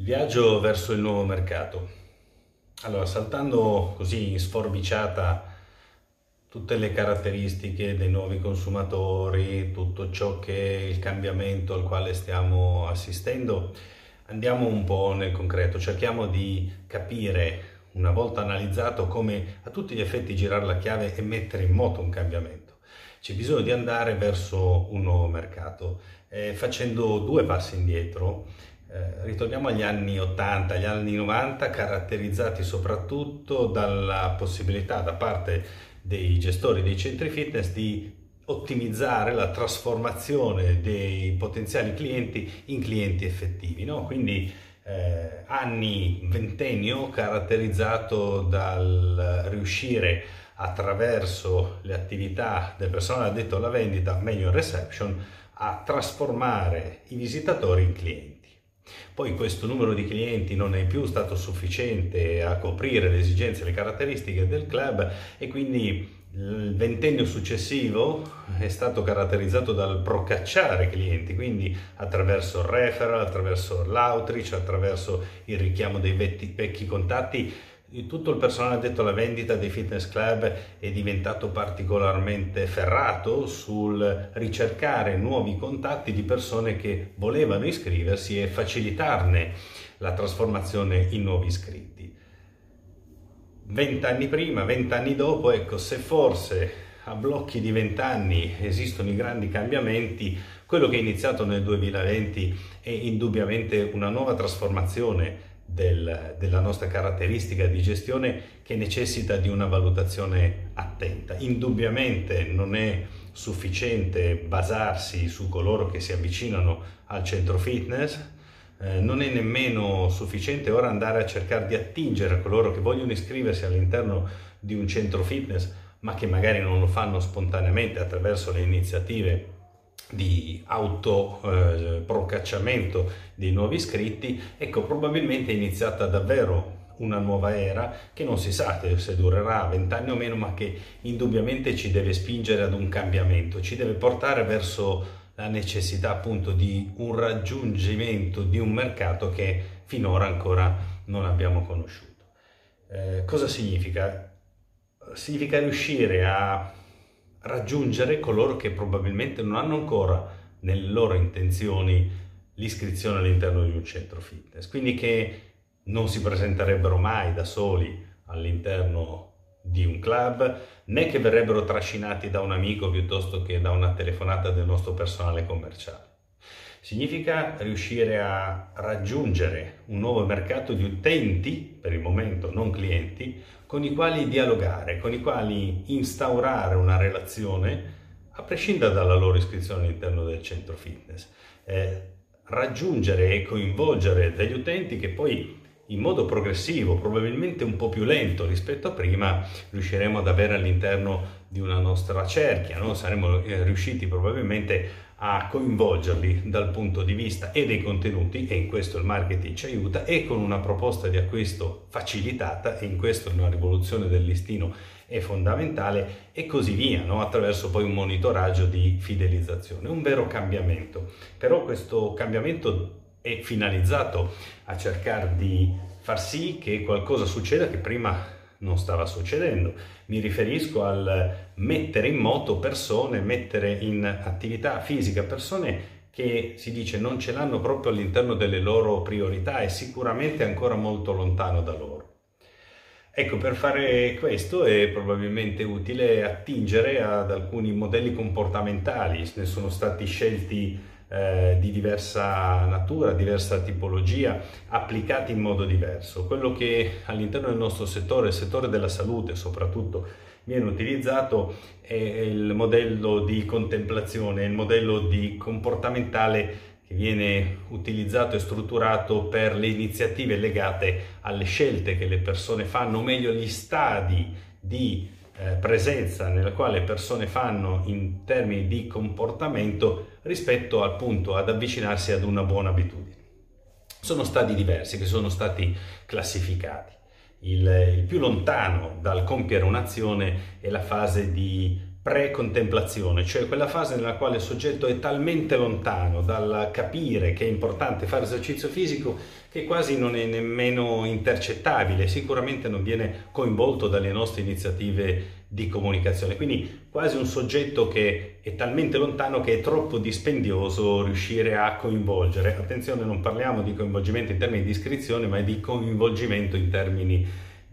Viaggio verso il nuovo mercato. Allora, saltando così in sforbiciata tutte le caratteristiche dei nuovi consumatori, tutto ciò che è il cambiamento al quale stiamo assistendo, andiamo un po' nel concreto, cerchiamo di capire, una volta analizzato, come a tutti gli effetti girare la chiave e mettere in moto un cambiamento. C'è bisogno di andare verso un nuovo mercato, facendo due passi indietro. Ritorniamo agli anni 80, agli anni 90, caratterizzati soprattutto dalla possibilità da parte dei gestori dei centri fitness di ottimizzare la trasformazione dei potenziali clienti in clienti effettivi, no? Quindi ventennio caratterizzato dal riuscire attraverso le attività del personale addetto alla vendita, meglio in reception, a trasformare i visitatori in clienti. Poi questo numero di clienti non è più stato sufficiente a coprire le esigenze e le caratteristiche del club e quindi il ventennio successivo è stato caratterizzato dal procacciare clienti, quindi attraverso il referral, attraverso l'outreach, attraverso il richiamo dei vecchi contatti. Tutto il personale addetto alla vendita dei fitness club è diventato particolarmente ferrato sul ricercare nuovi contatti di persone che volevano iscriversi e facilitarne la trasformazione in nuovi iscritti. 20 anni prima, 20 anni dopo, ecco, se forse a blocchi di 20 anni esistono i grandi cambiamenti, quello che è iniziato nel 2020 è indubbiamente una nuova trasformazione della nostra caratteristica di gestione che necessita di una valutazione attenta. Indubbiamente non è sufficiente basarsi su coloro che si avvicinano al centro fitness, non è nemmeno sufficiente ora andare a cercare di attingere coloro che vogliono iscriversi all'interno di un centro fitness ma che magari non lo fanno spontaneamente attraverso le iniziative di procacciamento dei nuovi iscritti. Ecco, probabilmente è iniziata davvero una nuova era che non si sa se durerà 20 anni o meno, ma che indubbiamente ci deve spingere ad un cambiamento, ci deve portare verso la necessità appunto di un raggiungimento di un mercato che finora ancora non abbiamo conosciuto. Cosa significa? Significa riuscire a raggiungere coloro che probabilmente non hanno ancora nelle loro intenzioni l'iscrizione all'interno di un centro fitness, quindi che non si presenterebbero mai da soli all'interno di un club, né che verrebbero trascinati da un amico piuttosto che da una telefonata del nostro personale commerciale. Significa riuscire a raggiungere un nuovo mercato di utenti, per il momento non clienti, con i quali dialogare, con i quali instaurare una relazione a prescindere dalla loro iscrizione all'interno del centro fitness. Raggiungere e coinvolgere degli utenti che poi in modo progressivo, probabilmente un po' più lento rispetto a prima, riusciremo ad avere all'interno di una nostra cerchia, no? Saremo riusciti probabilmente a coinvolgerli dal punto di vista e dei contenuti, e in questo il marketing ci aiuta, e con una proposta di acquisto facilitata, e in questo una rivoluzione del listino è fondamentale, e così via, no? Attraverso poi un monitoraggio di fidelizzazione, un vero cambiamento. Però questo cambiamento è finalizzato a cercare di far sì che qualcosa succeda che prima non stava succedendo. Mi riferisco al mettere in moto persone, mettere in attività fisica persone che si dice non ce l'hanno proprio all'interno delle loro priorità e sicuramente ancora molto lontano da loro. Ecco, per fare questo è probabilmente utile attingere ad alcuni modelli comportamentali, ne sono stati scelti di diversa natura, diversa tipologia, applicati in modo diverso. Quello che all'interno del nostro settore, il settore della salute soprattutto, viene utilizzato è il modello di contemplazione, il modello di comportamentale che viene utilizzato e strutturato per le iniziative legate alle scelte che le persone fanno, o meglio gli stadi di presenza nella quale persone fanno in termini di comportamento rispetto al punto ad avvicinarsi ad una buona abitudine. Sono stadi diversi che sono stati classificati. Il più lontano dal compiere un'azione è la fase di pre-contemplazione, cioè quella fase nella quale il soggetto è talmente lontano dal capire che è importante fare esercizio fisico che quasi non è nemmeno intercettabile, sicuramente non viene coinvolto dalle nostre iniziative di comunicazione. Quindi quasi un soggetto che è talmente lontano che è troppo dispendioso riuscire a coinvolgere. Attenzione, non parliamo di coinvolgimento in termini di iscrizione, ma di coinvolgimento in termini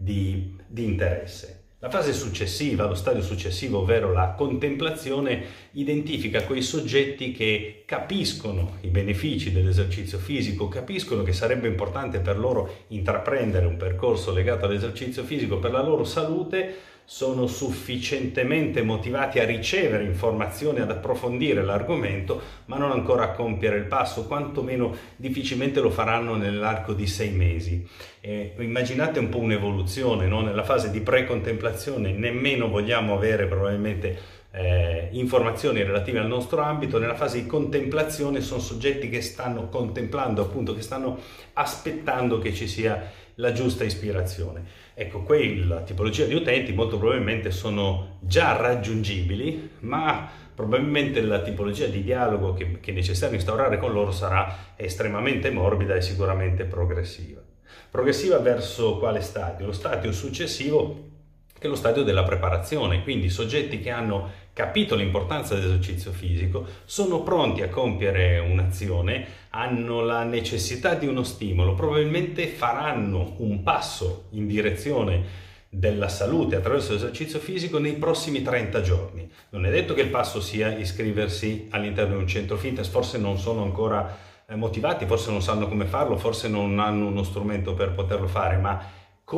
di interesse. La fase successiva, lo stadio successivo, ovvero la contemplazione, identifica quei soggetti che capiscono i benefici dell'esercizio fisico, capiscono che sarebbe importante per loro intraprendere un percorso legato all'esercizio fisico per la loro salute, sono sufficientemente motivati a ricevere informazioni, ad approfondire l'argomento, ma non ancora a compiere il passo, quantomeno difficilmente lo faranno nell'arco di 6 mesi. Immaginate un po' un'evoluzione, no? Nella fase di pre-contemplazione nemmeno vogliamo avere probabilmente informazioni relative al nostro ambito. Nella fase di contemplazione sono soggetti che stanno contemplando, appunto, che stanno aspettando che ci sia la giusta ispirazione. Ecco, quella tipologia di utenti molto probabilmente sono già raggiungibili, ma probabilmente la tipologia di dialogo che è necessario instaurare con loro sarà estremamente morbida e sicuramente progressiva. Progressiva verso quale stadio? Lo stadio successivo, che è lo stadio della preparazione, quindi soggetti che hanno capito l'importanza dell'esercizio fisico, sono pronti a compiere un'azione, hanno la necessità di uno stimolo, probabilmente faranno un passo in direzione della salute attraverso l'esercizio fisico nei prossimi 30 giorni. Non è detto che il passo sia iscriversi all'interno di un centro fitness, forse non sono ancora motivati, forse non sanno come farlo, forse non hanno uno strumento per poterlo fare, ma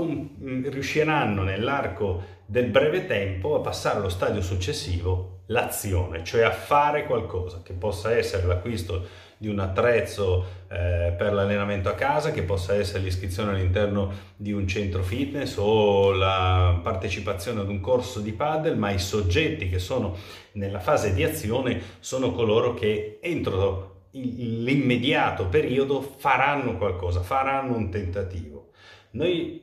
riusciranno nell'arco del breve tempo a passare allo stadio successivo, l'azione, cioè a fare qualcosa, che possa essere l'acquisto di un attrezzo per l'allenamento a casa, che possa essere l'iscrizione all'interno di un centro fitness o la partecipazione ad un corso di padel, ma i soggetti che sono nella fase di azione sono coloro che entro l'immediato periodo faranno qualcosa, faranno un tentativo. Noi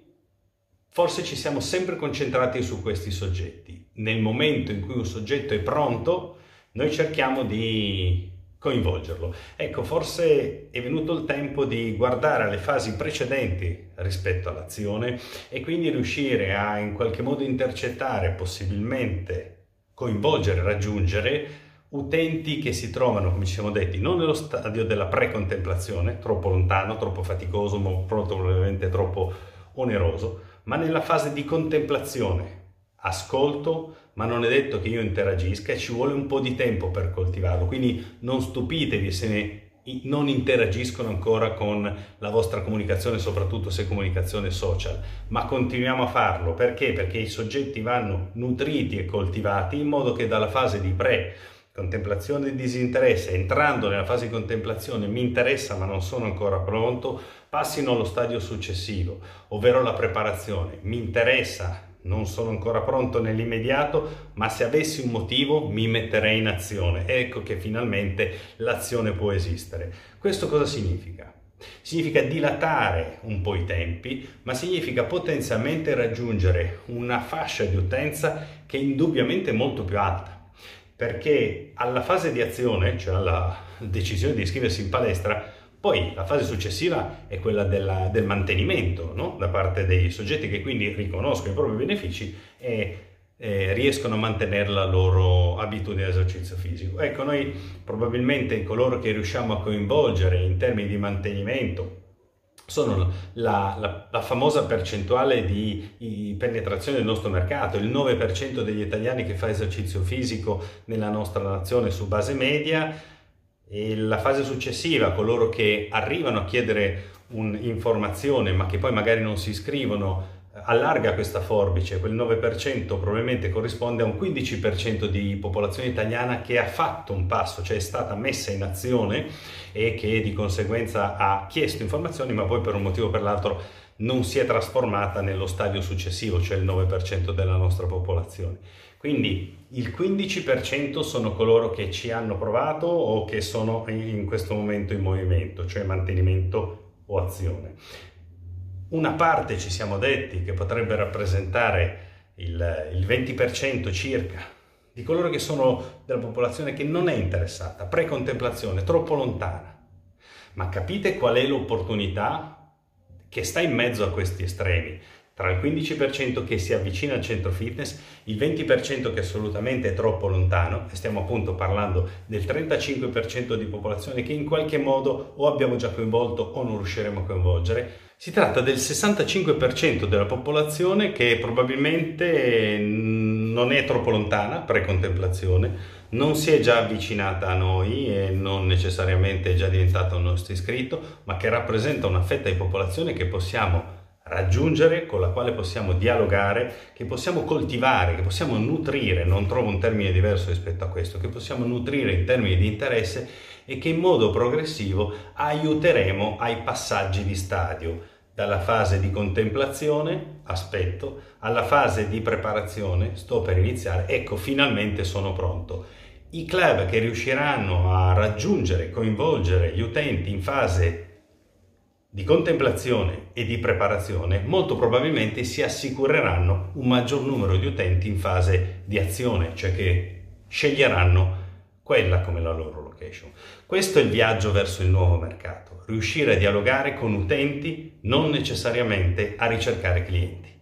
forse ci siamo sempre concentrati su questi soggetti. Nel momento in cui un soggetto è pronto, noi cerchiamo di coinvolgerlo. Ecco, forse è venuto il tempo di guardare alle fasi precedenti rispetto all'azione e quindi riuscire a in qualche modo intercettare, possibilmente coinvolgere, raggiungere utenti che si trovano, come ci siamo detti, non nello stadio della pre-contemplazione, troppo lontano, troppo faticoso, ma probabilmente troppo oneroso, ma nella fase di contemplazione, ascolto, ma non è detto che io interagisca e ci vuole un po' di tempo per coltivarlo, quindi non stupitevi se non interagiscono ancora con la vostra comunicazione, soprattutto se comunicazione social, ma continuiamo a farlo. Perché? Perché i soggetti vanno nutriti e coltivati in modo che dalla fase di contemplazione di disinteresse, entrando nella fase di contemplazione, mi interessa ma non sono ancora pronto, passino allo stadio successivo, ovvero la preparazione. Mi interessa, non sono ancora pronto nell'immediato, ma se avessi un motivo mi metterei in azione. Ecco che finalmente l'azione può esistere. Questo cosa significa? Significa dilatare un po' i tempi, ma significa potenzialmente raggiungere una fascia di utenza che è indubbiamente molto più alta. Perché alla fase di azione, cioè alla decisione di iscriversi in palestra, poi la fase successiva è quella del mantenimento, no? Da parte dei soggetti che quindi riconoscono i propri benefici e riescono a mantenere la loro abitudine all'esercizio fisico. Ecco, noi probabilmente coloro che riusciamo a coinvolgere in termini di mantenimento sono la famosa percentuale di penetrazione del nostro mercato, il 9% degli italiani che fa esercizio fisico nella nostra nazione su base media, e la fase successiva, coloro che arrivano a chiedere un'informazione ma che poi magari non si iscrivono, allarga questa forbice. Quel 9% probabilmente corrisponde a un 15% di popolazione italiana che ha fatto un passo, cioè è stata messa in azione e che di conseguenza ha chiesto informazioni, ma poi per un motivo o per l'altro non si è trasformata nello stadio successivo, cioè il 9% della nostra popolazione. Quindi il 15% sono coloro che ci hanno provato o che sono in questo momento in movimento, cioè mantenimento o azione. Una parte, ci siamo detti, che potrebbe rappresentare il 20% circa di coloro che sono della popolazione che non è interessata, precontemplazione, troppo lontana. Ma capite qual è l'opportunità che sta in mezzo a questi estremi? Tra il 15% che si avvicina al centro fitness, il 20% che assolutamente è troppo lontano, e stiamo appunto parlando del 35% di popolazione che in qualche modo o abbiamo già coinvolto o non riusciremo a coinvolgere. Si tratta del 65% della popolazione che probabilmente non è troppo lontana, pre-contemplazione, non si è già avvicinata a noi e non necessariamente è già diventata un nostro iscritto, ma che rappresenta una fetta di popolazione che possiamo raggiungere, con la quale possiamo dialogare, che possiamo coltivare, che possiamo nutrire, non trovo un termine diverso rispetto a questo, che possiamo nutrire in termini di interesse e che in modo progressivo aiuteremo ai passaggi di stadio, dalla fase di contemplazione, aspetto, alla fase di preparazione, sto per iniziare, ecco finalmente sono pronto. I club che riusciranno a raggiungere, coinvolgere gli utenti in fase di contemplazione e di preparazione, molto probabilmente si assicureranno un maggior numero di utenti in fase di azione, cioè che sceglieranno quella come la loro location. Questo è il viaggio verso il nuovo mercato, riuscire a dialogare con utenti, non necessariamente a ricercare clienti.